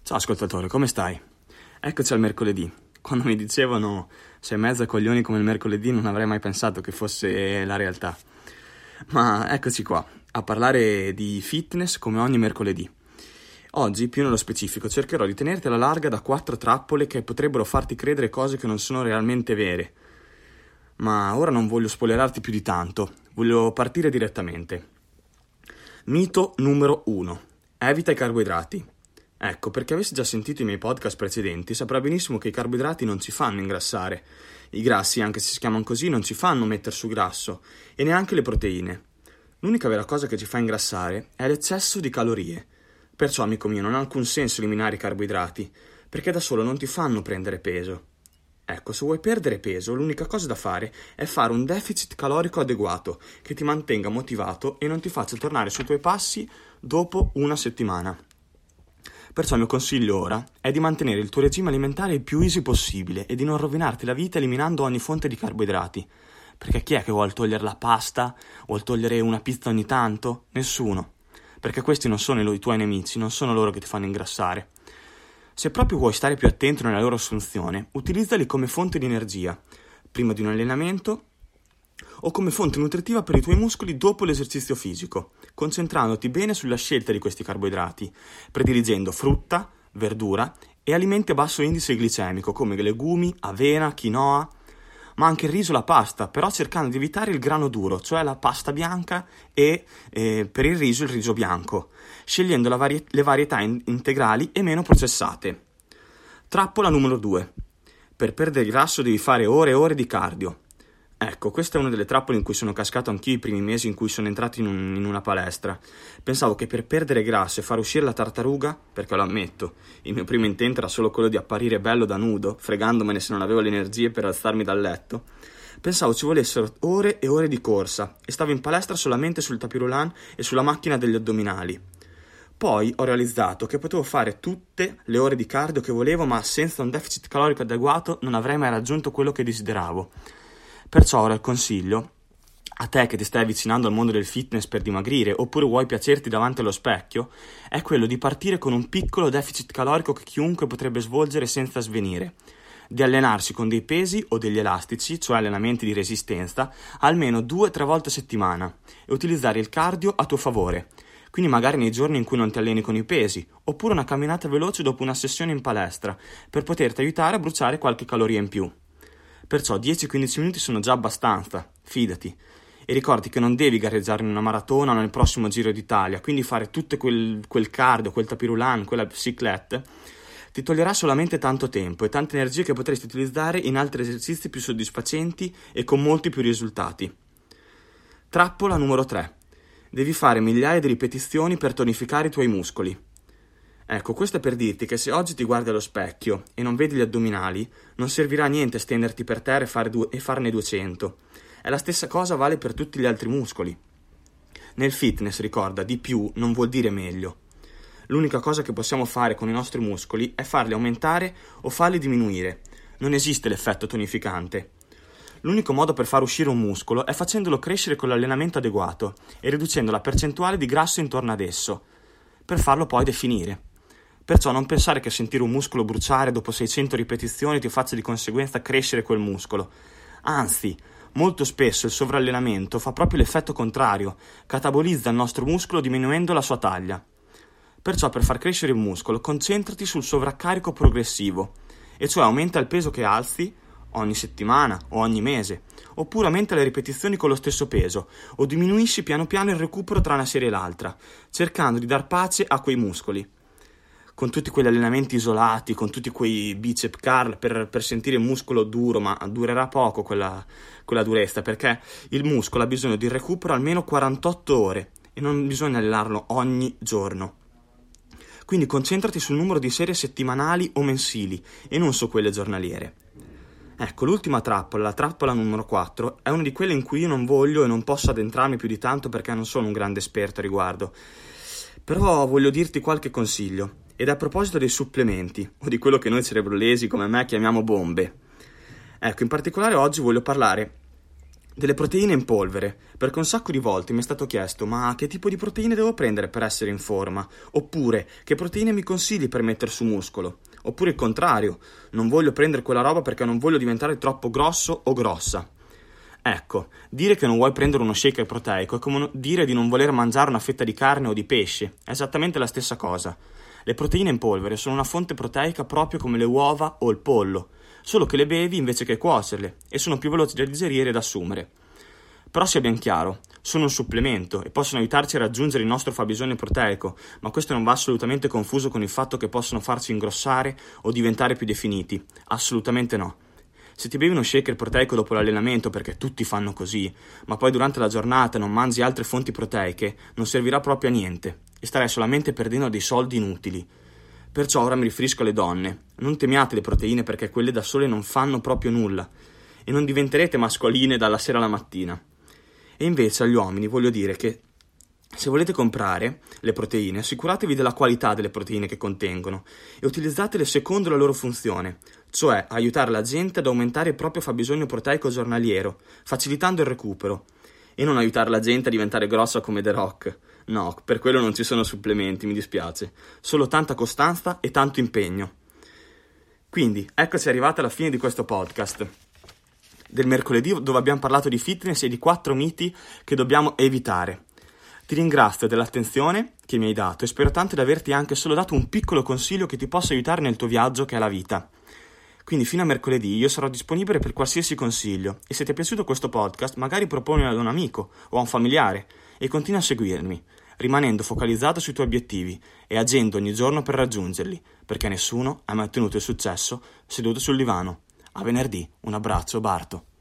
Ciao ascoltatore, come stai? Eccoci al mercoledì. Quando mi dicevano sei mezzo a coglioni come il mercoledì non avrei mai pensato che fosse la realtà. Ma eccoci qua, a parlare di fitness come ogni mercoledì. Oggi, più nello specifico, cercherò di tenerti alla larga da 4 trappole che potrebbero farti credere cose che non sono realmente vere. Ma ora non voglio spoilerarti più di tanto, voglio partire direttamente. Mito numero 1. Evita i carboidrati. Ecco, perché avessi già sentito i miei podcast precedenti, saprà benissimo che i carboidrati non ci fanno ingrassare. I grassi, anche se si chiamano così, non ci fanno mettere su grasso, e neanche le proteine. L'unica vera cosa che ci fa ingrassare è l'eccesso di calorie. Perciò, amico mio, non ha alcun senso eliminare i carboidrati, perché da solo non ti fanno prendere peso. Ecco, se vuoi perdere peso, l'unica cosa da fare è fare un deficit calorico adeguato, che ti mantenga motivato e non ti faccia tornare sui tuoi passi dopo una settimana. Perciò il mio consiglio ora è di mantenere il tuo regime alimentare il più easy possibile e di non rovinarti la vita eliminando ogni fonte di carboidrati. Perché chi è che vuole togliere la pasta? Vuole togliere una pizza ogni tanto? Nessuno. Perché questi non sono i tuoi nemici, non sono loro che ti fanno ingrassare. Se proprio vuoi stare più attento nella loro assunzione, utilizzali come fonte di energia, prima di un allenamento o come fonte nutritiva per i tuoi muscoli dopo l'esercizio fisico, concentrandoti bene sulla scelta di questi carboidrati, prediligendo frutta, verdura e alimenti a basso indice glicemico come legumi, avena, quinoa, ma anche il riso e la pasta, però cercando di evitare il grano duro, cioè la pasta bianca e per il riso bianco, scegliendo le varietà integrali e meno processate. Trappola numero 2. Per perdere grasso devi fare ore e ore di cardio. Ecco, questa è una delle trappole in cui sono cascato anch'io i primi mesi in cui sono entrato in una palestra. Pensavo che per perdere grasso e far uscire la tartaruga, perché lo ammetto, il mio primo intento era solo quello di apparire bello da nudo, fregandomene se non avevo le energie per alzarmi dal letto, pensavo ci volessero ore e ore di corsa e stavo in palestra solamente sul tapis roulant e sulla macchina degli addominali. Poi ho realizzato che potevo fare tutte le ore di cardio che volevo, ma senza un deficit calorico adeguato non avrei mai raggiunto quello che desideravo. Perciò ora il consiglio, a te che ti stai avvicinando al mondo del fitness per dimagrire oppure vuoi piacerti davanti allo specchio, è quello di partire con un piccolo deficit calorico che chiunque potrebbe svolgere senza svenire, di allenarsi con dei pesi o degli elastici, cioè allenamenti di resistenza, almeno 2-3 volte a settimana e utilizzare il cardio a tuo favore, quindi magari nei giorni in cui non ti alleni con i pesi, oppure una camminata veloce dopo una sessione in palestra per poterti aiutare a bruciare qualche caloria in più. Perciò 10-15 minuti sono già abbastanza, fidati. E ricordi che non devi gareggiare in una maratona o nel prossimo Giro d'Italia, quindi fare tutto quel cardio, quel tapis roulant, quella cyclette, ti toglierà solamente tanto tempo e tante energie che potresti utilizzare in altri esercizi più soddisfacenti e con molti più risultati. Trappola numero 3. Devi fare migliaia di ripetizioni per tonificare i tuoi muscoli. Ecco, questo è per dirti che se oggi ti guardi allo specchio e non vedi gli addominali, non servirà a niente stenderti per terra e farne 200. E la stessa cosa vale per tutti gli altri muscoli. Nel fitness, ricorda, di più non vuol dire meglio. L'unica cosa che possiamo fare con i nostri muscoli è farli aumentare o farli diminuire. Non esiste l'effetto tonificante. L'unico modo per far uscire un muscolo è facendolo crescere con l'allenamento adeguato e riducendo la percentuale di grasso intorno ad esso, per farlo poi definire. Perciò non pensare che sentire un muscolo bruciare dopo 600 ripetizioni ti faccia di conseguenza crescere quel muscolo. Anzi, molto spesso il sovrallenamento fa proprio l'effetto contrario, catabolizza il nostro muscolo diminuendo la sua taglia. Perciò per far crescere il muscolo concentrati sul sovraccarico progressivo, e cioè aumenta il peso che alzi ogni settimana o ogni mese, oppure aumenta le ripetizioni con lo stesso peso, o diminuisci piano piano il recupero tra una serie e l'altra, cercando di dar pace a quei muscoli. Con tutti quegli allenamenti isolati, con tutti quei bicep curl per sentire il muscolo duro, ma durerà poco quella durezza, perché il muscolo ha bisogno di recupero almeno 48 ore e non bisogna allenarlo ogni giorno. Quindi concentrati sul numero di serie settimanali o mensili e non su quelle giornaliere. Ecco, l'ultima trappola, la trappola numero 4, è una di quelle in cui io non voglio e non posso addentrarmi più di tanto perché non sono un grande esperto a riguardo. Però voglio dirti qualche consiglio. Ed a proposito dei supplementi, o di quello che noi cerebrolesi come me chiamiamo bombe. Ecco, in particolare oggi voglio parlare delle proteine in polvere, perché un sacco di volte mi è stato chiesto ma che tipo di proteine devo prendere per essere in forma? Oppure che proteine mi consigli per mettere su muscolo? Oppure il contrario, non voglio prendere quella roba perché non voglio diventare troppo grosso o grossa. Ecco, dire che non vuoi prendere uno shaker proteico è come dire di non voler mangiare una fetta di carne o di pesce, è esattamente la stessa cosa. Le proteine in polvere sono una fonte proteica proprio come le uova o il pollo, solo che le bevi invece che cuocerle e sono più veloci da digerire e da assumere. Però sia ben chiaro, sono un supplemento e possono aiutarci a raggiungere il nostro fabbisogno proteico, ma questo non va assolutamente confuso con il fatto che possono farci ingrossare o diventare più definiti. Assolutamente no. Se ti bevi uno shaker proteico dopo l'allenamento, perché tutti fanno così, ma poi durante la giornata non mangi altre fonti proteiche, non servirà proprio a niente e starai solamente perdendo dei soldi inutili. Perciò ora mi riferisco alle donne. Non temiate le proteine perché quelle da sole non fanno proprio nulla e non diventerete mascoline dalla sera alla mattina. E invece agli uomini voglio dire che se volete comprare le proteine, assicuratevi della qualità delle proteine che contengono e utilizzatele secondo la loro funzione, cioè aiutare la gente ad aumentare il proprio fabbisogno proteico giornaliero, facilitando il recupero, e non aiutare la gente a diventare grossa come The Rock. No, per quello non ci sono supplementi, mi dispiace, solo tanta costanza e tanto impegno. Quindi, eccoci arrivati alla fine di questo podcast del mercoledì, dove abbiamo parlato di fitness e di 4 miti che dobbiamo evitare. Ti ringrazio dell'attenzione che mi hai dato e spero tanto di averti anche solo dato un piccolo consiglio che ti possa aiutare nel tuo viaggio che è la vita. Quindi fino a mercoledì io sarò disponibile per qualsiasi consiglio e se ti è piaciuto questo podcast magari proponilo ad un amico o a un familiare e continua a seguirmi, rimanendo focalizzato sui tuoi obiettivi e agendo ogni giorno per raggiungerli, perché nessuno ha mai ottenuto il successo seduto sul divano. A venerdì, un abbraccio, Barto.